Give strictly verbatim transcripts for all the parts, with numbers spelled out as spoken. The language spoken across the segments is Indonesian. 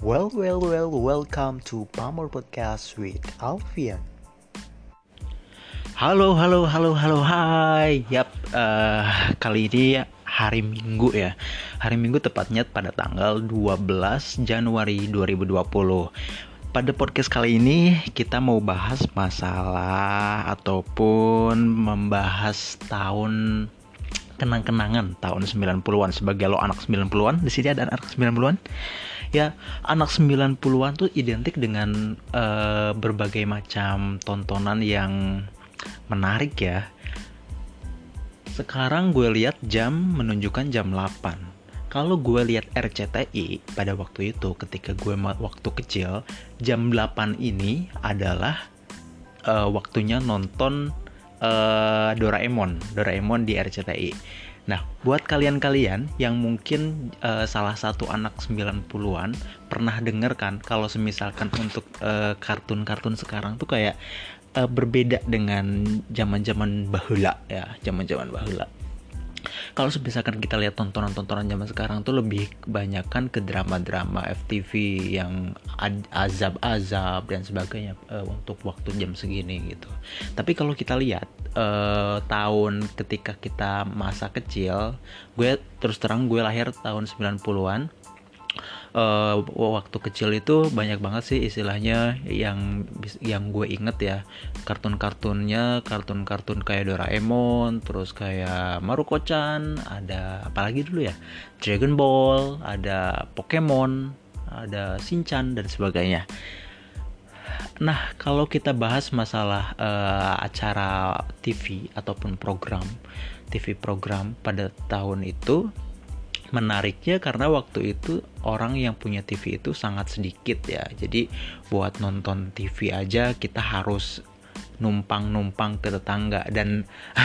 Well, well, well, welcome to Pamor Podcast with Alfian. Halo, halo, halo, halo, hai. Yap, eh, kali ini hari Minggu ya. Hari Minggu tepatnya pada tanggal dua belas Januari dua ribu dua puluh. Pada podcast kali ini kita mau bahas masalah ataupun membahas tahun kenang-kenangan tahun sembilan puluhan. Sebagai lo anak sembilan puluhan, di sini ada anak sembilan puluhan. Ya, anak sembilan puluhan tuh identik dengan uh, berbagai macam tontonan yang menarik ya. Sekarang gue lihat jam menunjukkan jam delapan. Kalau gue lihat R C T I pada waktu itu ketika gue waktu kecil, jam delapan ini adalah uh, waktunya nonton uh, Doraemon, Doraemon di R C T I. Nah, buat kalian-kalian yang mungkin uh, salah satu anak sembilan puluhan pernah denger kan kalau semisalkan untuk uh, kartun-kartun sekarang tuh kayak uh, berbeda dengan zaman-zaman bahula ya, zaman-zaman bahula. Kalau misalkan kita lihat tontonan-tontonan zaman sekarang tuh lebih kebanyakan ke drama-drama F T V yang azab-azab dan sebagainya uh, untuk waktu jam segini gitu. Tapi kalau kita lihat uh, tahun ketika kita masa kecil, gue terus terang gue lahir tahun sembilan puluhan. Uh, waktu kecil itu banyak banget sih istilahnya yang yang gue inget ya, kartun-kartunnya, kartun-kartun kayak Doraemon, terus kayak Maruko-chan, ada apalagi dulu ya, Dragon Ball, ada Pokemon, ada Shinchan dan sebagainya. Nah, kalau kita bahas masalah uh, acara T V ataupun program T V program pada tahun itu, menariknya karena waktu itu orang yang punya T V itu sangat sedikit ya. Jadi buat nonton T V aja kita harus numpang-numpang ke tetangga. Dan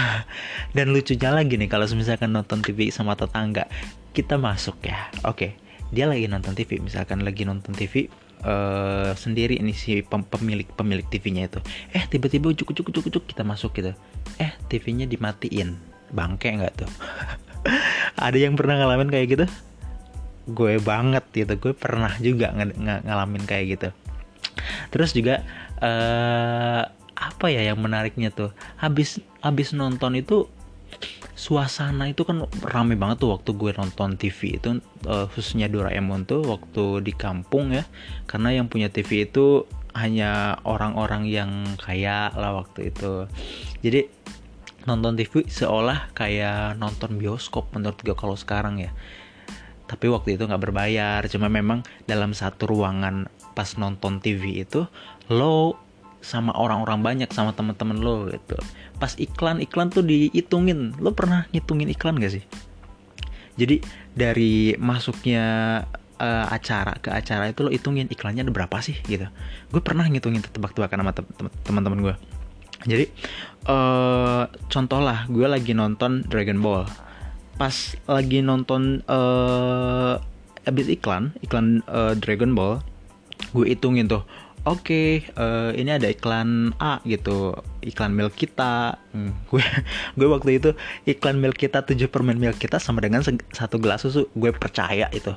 dan lucunya lagi nih, kalau misalkan nonton T V sama tetangga, kita masuk ya. Oke, dia lagi nonton T V, misalkan lagi nonton T V uh, sendiri ini si pemilik pemilik T V-nya itu. Eh tiba-tiba ujuk-ujuk-ujuk kita masuk gitu. Eh T V-nya dimatiin. Bangke nggak tuh? Ada yang pernah ngalamin kayak gitu? Gue banget gitu, gue pernah juga ng- ng- ngalamin kayak gitu. Terus juga uh, apa ya yang menariknya tuh, habis habis nonton itu suasana itu kan rame banget tuh waktu gue nonton T V itu, uh, khususnya Doraemon tuh waktu di kampung ya, karena yang punya T V itu hanya orang-orang yang kaya lah waktu itu. Jadi nonton T V seolah kayak nonton bioskop menurut gue kalau sekarang ya. Tapi waktu itu nggak berbayar, cuma memang dalam satu ruangan pas nonton T V itu lo sama orang-orang banyak, sama teman-teman lo gitu. Pas iklan-iklan tuh dihitungin. Lo pernah ngitungin iklan gak sih? Jadi dari masuknya uh, acara ke acara itu lo hitungin iklannya ada berapa sih gitu. Gue pernah ngitungin, tebak-tebakan sama teman-teman gue. Jadi uh, contoh lah, gue lagi nonton Dragon Ball. Pas lagi nonton uh, abis iklan iklan uh, Dragon Ball, gue hitungin tuh. Oke, okay, uh, ini ada iklan A gitu, iklan milk kita. Hmm, gue gue waktu itu iklan milk kita, tujuh permen milk kita sama dengan satu gelas susu. Gue percaya itu.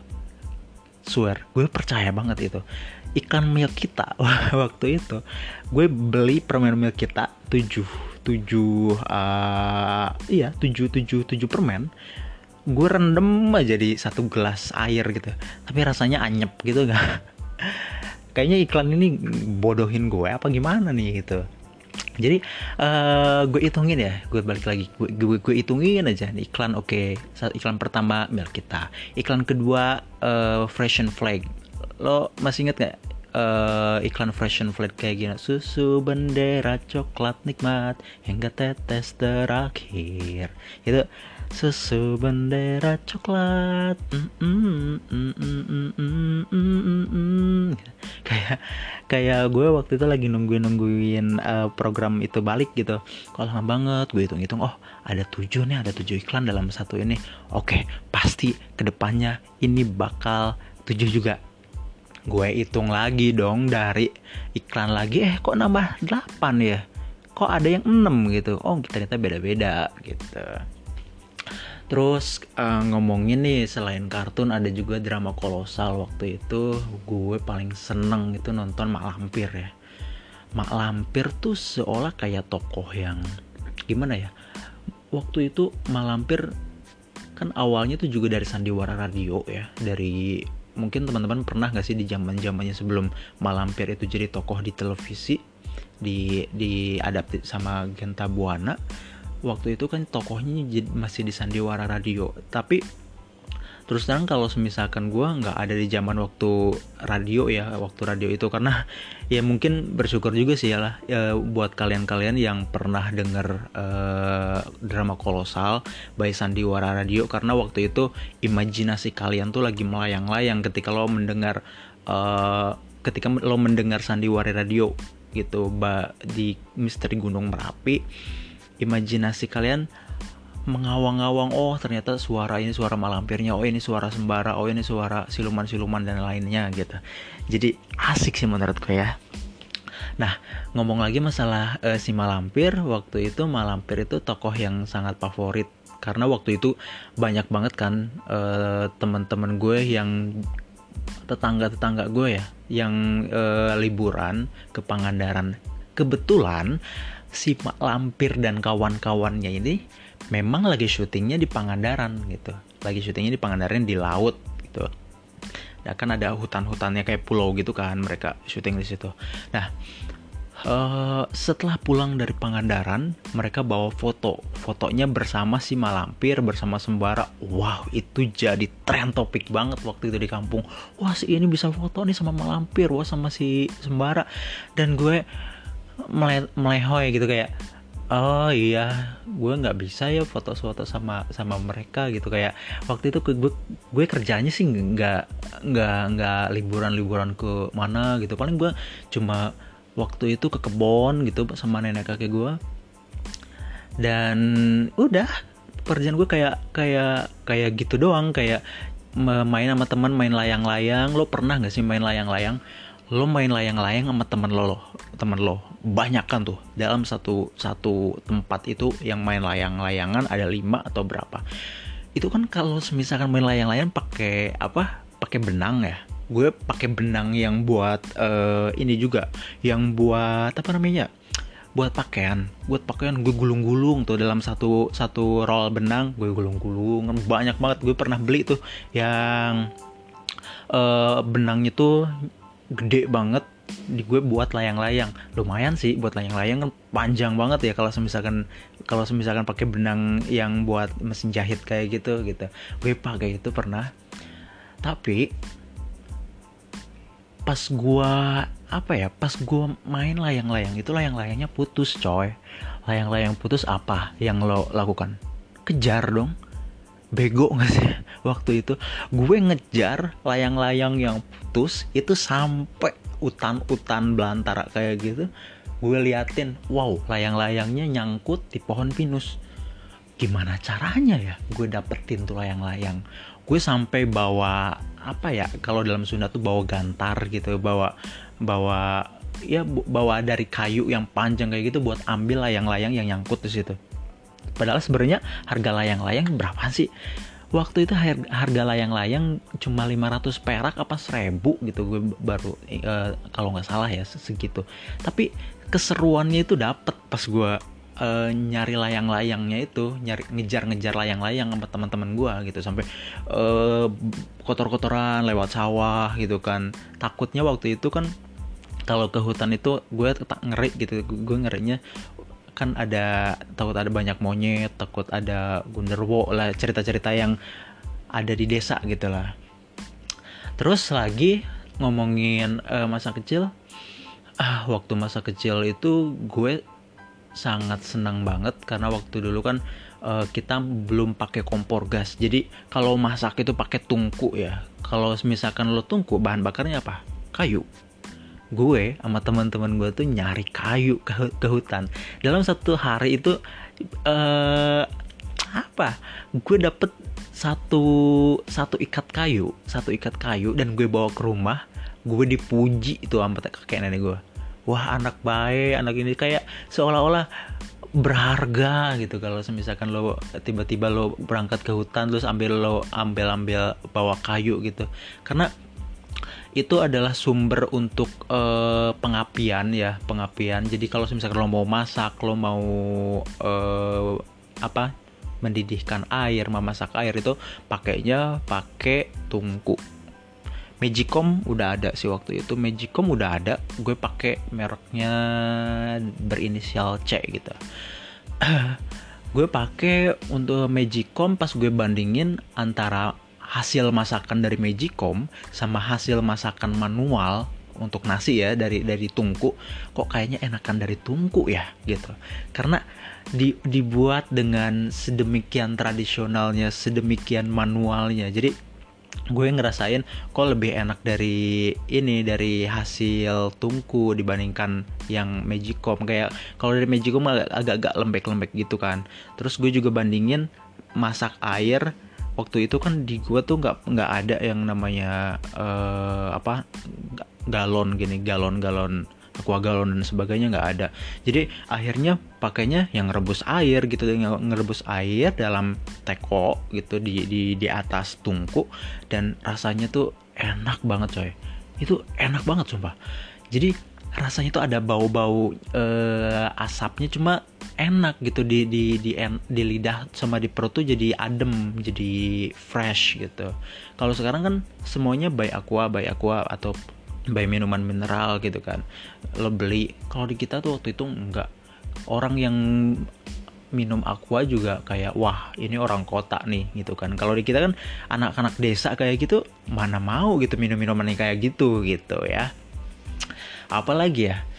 Swear, gue percaya banget itu. Iklan milk kita waktu itu gue beli permen milk kita tujuh tujuh uh, iya tujuh tujuh tujuh permen, gue rendem aja di satu gelas air gitu, tapi rasanya anyep gitu gak? Kayaknya iklan ini bodohin gue apa gimana nih gitu. Jadi uh, gue hitungin ya, gue balik lagi, gue gue, gue hitungin aja nih iklan. Oke, okay. Iklan pertama milk kita, iklan kedua uh, Fresh and Flag. Lo masih inget gak uh, iklan Fresh and Flag kayak gini? Susu bendera coklat nikmat hingga tetes terakhir. Itu susu bendera coklat. Mm, mm, mm, mm, mm, mm, mm, mm. Kayak kayak gue waktu itu lagi nungguin nungguin uh, program itu balik gitu. Kok lama banget, gue hitung-hitung, oh ada tujuh nih, ada tujuh iklan dalam satu ini. Oke, pasti kedepannya ini bakal tujuh juga. Gue hitung lagi dong dari iklan lagi, eh kok nambah delapan ya? Kok ada yang enam gitu? Oh ternyata beda-beda gitu. Terus uh, ngomongin nih, selain kartun ada juga drama kolosal. Waktu itu gue paling seneng itu nonton Mak Lampir ya. Mak Lampir tuh seolah kayak tokoh yang gimana ya. Waktu itu Mak Lampir kan awalnya tuh juga dari sandiwara radio ya. Dari mungkin teman-teman pernah gak sih di zaman-zamannya sebelum Mak Lampir itu jadi tokoh di televisi, di diadaptasi sama Genta Buana. Waktu itu kan tokohnya masih di sandiwara radio. Tapi terus terang kalau misalkan gue nggak ada di zaman waktu radio ya, waktu radio itu, karena ya mungkin bersyukur juga sih ya lah ya, buat kalian-kalian yang pernah denger uh, drama kolosal by sandiwara radio, karena waktu itu imajinasi kalian tuh lagi melayang-layang ketika lo mendengar uh, ketika lo mendengar sandiwara radio gitu ba, di Misteri Gunung Merapi. Imajinasi kalian mengawang-awang, oh ternyata suara ini suara Mak Lampirnya, oh ini suara Sembara, oh ini suara siluman-siluman dan lainnya gitu. Jadi asik sih menurutku ya. Nah, ngomong lagi masalah uh, si Mak Lampir, waktu itu Mak Lampir itu tokoh yang sangat favorit karena waktu itu banyak banget kan uh, teman-teman gue yang tetangga-tetangga gue ya yang uh, liburan ke Pangandaran. Kebetulan si Mak Lampir dan kawan-kawannya ini memang lagi syutingnya di Pangandaran gitu. Lagi syutingnya di Pangandaran di laut gitu. Ya kan ada hutan-hutannya kayak pulau gitu kan, mereka syuting di situ. Nah, uh, setelah pulang dari Pangandaran, mereka bawa foto. Fotonya bersama si Mak Lampir, bersama Sembara. Wow, itu jadi tren topik banget waktu itu di kampung. Wah, si ini bisa foto nih sama Mak Lampir, wah sama si Sembara. Dan gue Mele- melehoy gitu kayak, oh iya gue nggak bisa ya foto-foto sama sama mereka gitu. Kayak waktu itu gue gue kerjanya sih nggak nggak nggak liburan-liburan ke mana gitu, paling gue cuma waktu itu ke kebon gitu sama nenek kakek gue, dan udah pekerjaan gue kayak kayak kayak gitu doang, kayak main sama teman, main layang-layang. Lo pernah nggak sih main layang-layang? Lo main layang-layang sama temen lo, lo temen lo banyak kan tuh dalam satu satu tempat itu yang main layang-layangan ada lima atau berapa. Itu kan kalau misalkan main layang-layang pakai apa? Pakai benang ya. Gue pakai benang yang buat uh, ini juga, yang buat apa namanya? Buat pakaian, buat pakaian gue gulung-gulung tuh dalam satu satu roll benang, gue gulung-gulung banyak banget. Gue pernah beli tuh yang uh, benangnya tuh gede banget, di gue buat layang-layang. Lumayan sih buat layang-layang kan, panjang banget ya kalau misalkan kalau misalkan pakai benang yang buat mesin jahit kayak gitu gitu. Gue pakai itu pernah. Tapi pas gue apa ya, pas gue main layang-layang itu layang-layangnya putus coy. Layang-layang putus, apa yang lo lakukan? Kejar dong. Bego gak sih? Waktu itu gue ngejar layang-layang yang putus itu sampai utan-utan belantara kayak gitu. Gue liatin, wow, layang-layangnya nyangkut di pohon pinus. Gimana caranya ya gue dapetin tuh layang-layang? Gue sampai bawa apa ya, kalau dalam Sunda tuh bawa gantar gitu, bawa bawa ya bawa dari kayu yang panjang kayak gitu buat ambil layang-layang yang nyangkut di situ. Padahal sebenarnya harga layang-layang berapa sih? Waktu itu harga layang-layang cuma lima ratus perak apa seribu gitu, gue baru uh, kalau nggak salah ya segitu. Tapi keseruannya itu dapet pas gue uh, nyari layang-layangnya itu, nyari ngejar-ngejar layang-layang sama teman-teman gue gitu, sampai uh, kotor-kotoran lewat sawah gitu kan. Takutnya waktu itu kan kalau ke hutan itu gue tak ngeri gitu, gue ngerinya kan ada, takut ada banyak monyet, takut ada genderuwo lah, cerita-cerita yang ada di desa gitu lah. Terus lagi ngomongin uh, masa kecil, ah waktu masa kecil itu gue sangat senang banget karena waktu dulu kan uh, kita belum pakai kompor gas. Jadi kalau masak itu pakai tungku ya. Kalau misalkan lo tungku, bahan bakarnya apa? Kayu. Gue sama teman-teman gue tuh nyari kayu ke, ke hutan. Dalam satu hari itu uh, apa? Gue dapet satu satu ikat kayu, satu ikat kayu dan gue bawa ke rumah. Gue dipuji itu sama kakek nenek gue. wah anak baik, anak ini kayak seolah-olah berharga gitu. Kalau misalkan lo tiba-tiba lo berangkat ke hutan terus ambil lo ambil ambil bawa kayu gitu, karena itu adalah sumber untuk uh, pengapian ya, pengapian. Jadi kalau misalkan lo mau masak, lo mau uh, apa mendidihkan air, memasak air, itu pakainya pakai tungku. Magicom udah ada sih waktu itu, Magicom udah ada, gue pakai mereknya berinisial C gitu. Gue pakai untuk Magicom, pas gue bandingin antara hasil masakan dari Magicom sama hasil masakan manual untuk nasi ya dari dari tungku, kok kayaknya enakan dari tungku ya gitu. Karena di, dibuat dengan sedemikian tradisionalnya, sedemikian manualnya. Jadi gue ngerasain kok lebih enak dari ini, dari hasil tungku dibandingkan yang Magicom. Kayak kalau dari Magicom agak-agak lembek-lembek gitu kan. Terus gue juga bandingin masak air. Waktu itu kan di gua tuh nggak nggak ada yang namanya uh, apa galon gini, galon-galon aqua galon dan sebagainya, nggak ada. Jadi akhirnya pakainya yang ngerebus air gitu, yang ngerebus air dalam teko gitu di di di atas tungku, dan rasanya tuh enak banget coy. Itu enak banget sumpah. Jadi rasanya tuh ada bau-bau uh, asapnya, cuma enak gitu di di di di lidah sama di perut tuh jadi adem, jadi fresh gitu. Kalau sekarang kan semuanya by aqua, by aqua atau by minuman mineral gitu kan. Lo beli. Kalau di kita tuh waktu itu enggak. Orang yang minum aqua juga kayak wah ini orang kota nih gitu kan. Kalau di kita kan anak-anak desa kayak gitu, mana mau gitu minum minuman yang kayak gitu gitu ya. Apalagi ya,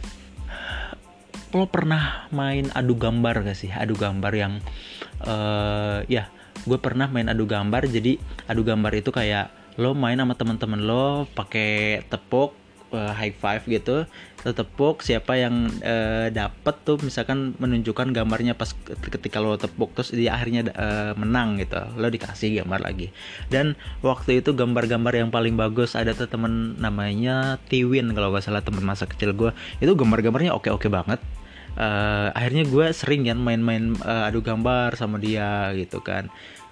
lo pernah main adu gambar gak sih? Adu gambar yang uh, ya gue pernah main adu gambar. Jadi adu gambar itu kayak lo main sama teman-teman lo pakai tepuk, uh, high five gitu, lo tepuk, siapa yang uh, dapet tuh misalkan menunjukkan gambarnya pas ketika lo tepuk, terus di akhirnya uh, menang gitu, lo dikasih gambar lagi. Dan waktu itu gambar-gambar yang paling bagus ada tuh temen namanya Tiwin kalau gak salah, temen masa kecil gue. Itu gambar-gambarnya oke-oke banget. Uh, akhirnya gue sering kan main-main uh, adu gambar sama dia gitu kan.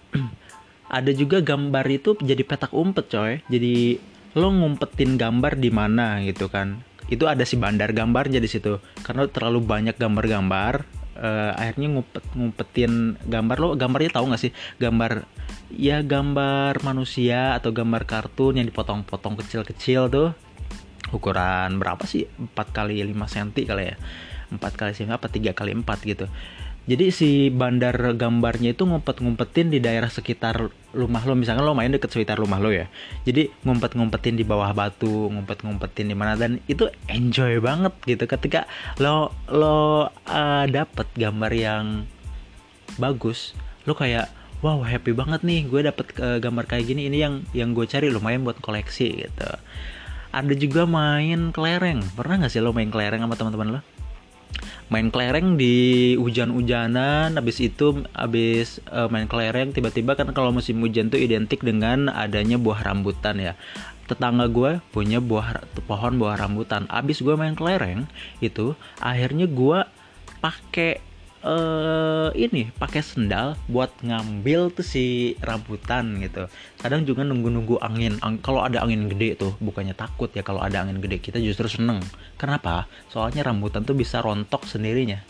Ada juga gambar itu jadi petak umpet coy. Jadi lo ngumpetin gambar di mana gitu kan. Itu ada si bandar gambarnya di situ. Karena terlalu banyak gambar-gambar, uh, akhirnya ngumpet ngumpetin gambar. Lo gambarnya tahu nggak sih? Gambar ya gambar manusia atau gambar kartun yang dipotong-potong kecil-kecil tuh. Ukuran berapa sih? empat kali lima sentimeter kali ya. empat kali sini apa tiga kali empat gitu. Jadi si bandar gambarnya itu ngumpet-ngumpetin di daerah sekitar rumah lo. Misalkan lo main deket sekitar rumah lo ya. Jadi ngumpet-ngumpetin di bawah batu, ngumpet-ngumpetin di mana, dan itu enjoy banget gitu ketika lo lo uh, dapet gambar yang bagus. Lo kayak wow, happy banget nih gue dapet uh, gambar kayak gini. Ini yang yang gue cari, lumayan buat koleksi gitu. Ada juga main kelereng. Pernah gak sih lo main kelereng sama teman-teman lo? Main kelereng di hujan-hujanan, habis itu habis uh, main kelereng tiba-tiba kan kalau musim hujan tuh identik dengan adanya buah rambutan ya. Tetangga gue punya buah pohon buah rambutan. Abis gue main kelereng itu, akhirnya gue pakai uh, ini pakai sendal buat ngambil tuh si rambutan gitu. Kadang juga nunggu-nunggu angin. Ang- kalau ada angin gede tuh, bukannya takut ya kalau ada angin gede, kita justru seneng. Kenapa? Soalnya rambutan tuh bisa rontok sendirinya.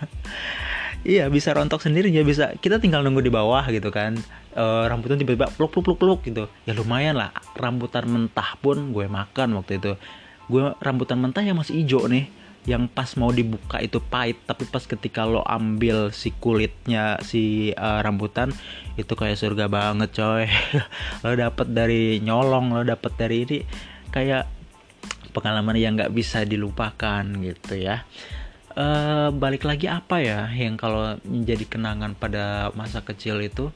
Iya, bisa rontok sendirinya, bisa. Kita tinggal nunggu di bawah gitu kan. E, rambutan tiba-tiba pluk pluk pluk pluk gitu. Ya lumayan lah. Rambutan mentah pun gue makan waktu itu. Gue rambutan mentah yang masih hijau nih, yang pas mau dibuka itu pahit, tapi pas ketika lo ambil si kulitnya si uh, rambutan itu kayak surga banget coy. Lo dapet dari nyolong, lo dapet dari ini, kayak pengalaman yang nggak bisa dilupakan gitu ya. Uh, balik lagi apa ya yang kalau menjadi kenangan pada masa kecil itu?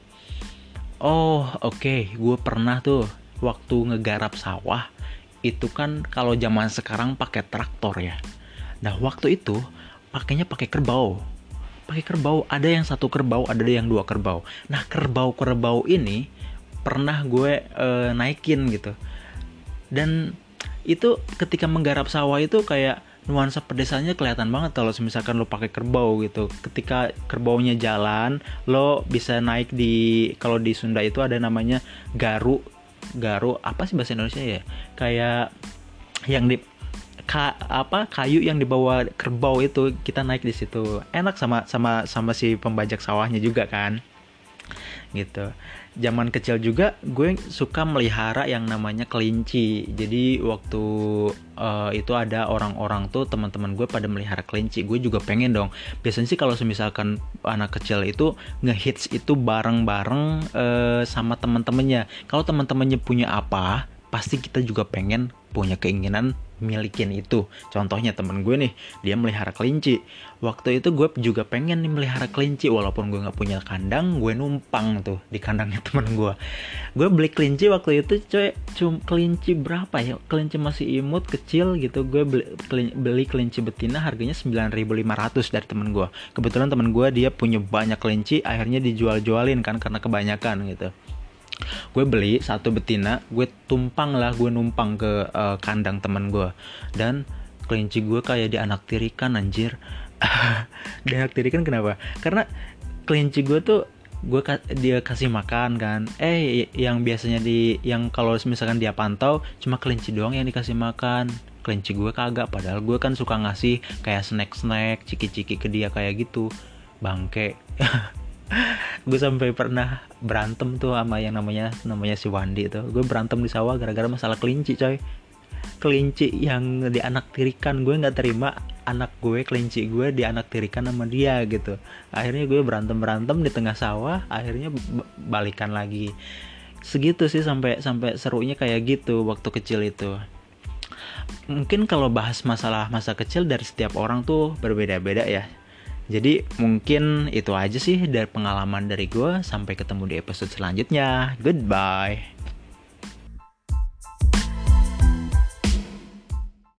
Oh oke, okay. Gue pernah tuh waktu ngegarap sawah itu kan kalau zaman sekarang pakai traktor ya. Nah waktu itu pakainya pakai kerbau, pakai kerbau. Ada yang satu kerbau, ada yang dua kerbau. Nah kerbau-kerbau ini pernah gue uh, naikin gitu. Dan itu ketika menggarap sawah itu kayak nuansa pedesanya kelihatan banget kalau misalkan lo pakai kerbau gitu. Ketika kerbaunya jalan, lo bisa naik di, kalau di Sunda itu ada namanya garu. Garu apa sih bahasa Indonesia ya? Kayak yang di ka, apa kayu yang dibawa kerbau itu, kita naik di situ. Enak sama sama sama si pembajak sawahnya juga kan. Gitu. Zaman kecil juga gue suka melihara yang namanya kelinci. Jadi waktu uh, itu ada orang-orang tuh, teman-teman gue pada melihara kelinci. Gue juga pengen dong. Biasanya sih kalau misalkan anak kecil itu ngehits itu bareng-bareng uh, sama teman-temannya. Kalau teman-temannya punya apa, pasti kita juga pengen punya keinginan milikin itu. Contohnya temen gue nih, dia melihara kelinci. Waktu itu gue juga pengen nih melihara kelinci, walaupun gue nggak punya kandang, gue numpang tuh di kandangnya temen gue. Gue beli kelinci waktu itu, coy, cuma kelinci berapa ya? Kelinci masih imut, kecil gitu. Gue beli, beli kelinci betina harganya sembilan ribu lima ratus dari temen gue. Kebetulan temen gue dia punya banyak kelinci, akhirnya dijual-jualin kan karena kebanyakan gitu. Gue beli satu betina, gue tumpang lah, gue numpang ke uh, kandang temen gue, dan kelinci gue kayak dianaktirikan anjir. Dianaktirikan kenapa? Karena kelinci gue tuh gue dia kasih makan kan, eh yang biasanya di yang kalau misalkan dia pantau cuma kelinci doang yang dikasih makan, kelinci gue kagak. Padahal gue kan suka ngasih kayak snack-snack, ciki-ciki ke dia kayak gitu, bangke. Gue sampai pernah berantem tuh sama yang namanya namanya si Wandi tuh. Gue berantem di sawah gara-gara masalah kelinci, coy. Kelinci yang dianaktirikan, gue nggak terima anak gue, kelinci gue dianaktirikan sama dia gitu. Akhirnya gue berantem berantem di tengah sawah, akhirnya b- balikan lagi. Segitu sih, sampai sampai serunya kayak gitu waktu kecil itu. Mungkin kalau bahas masalah masa kecil dari setiap orang tuh berbeda-beda ya. Jadi mungkin itu aja sih dari pengalaman dari gue. Sampai ketemu di episode selanjutnya. Goodbye.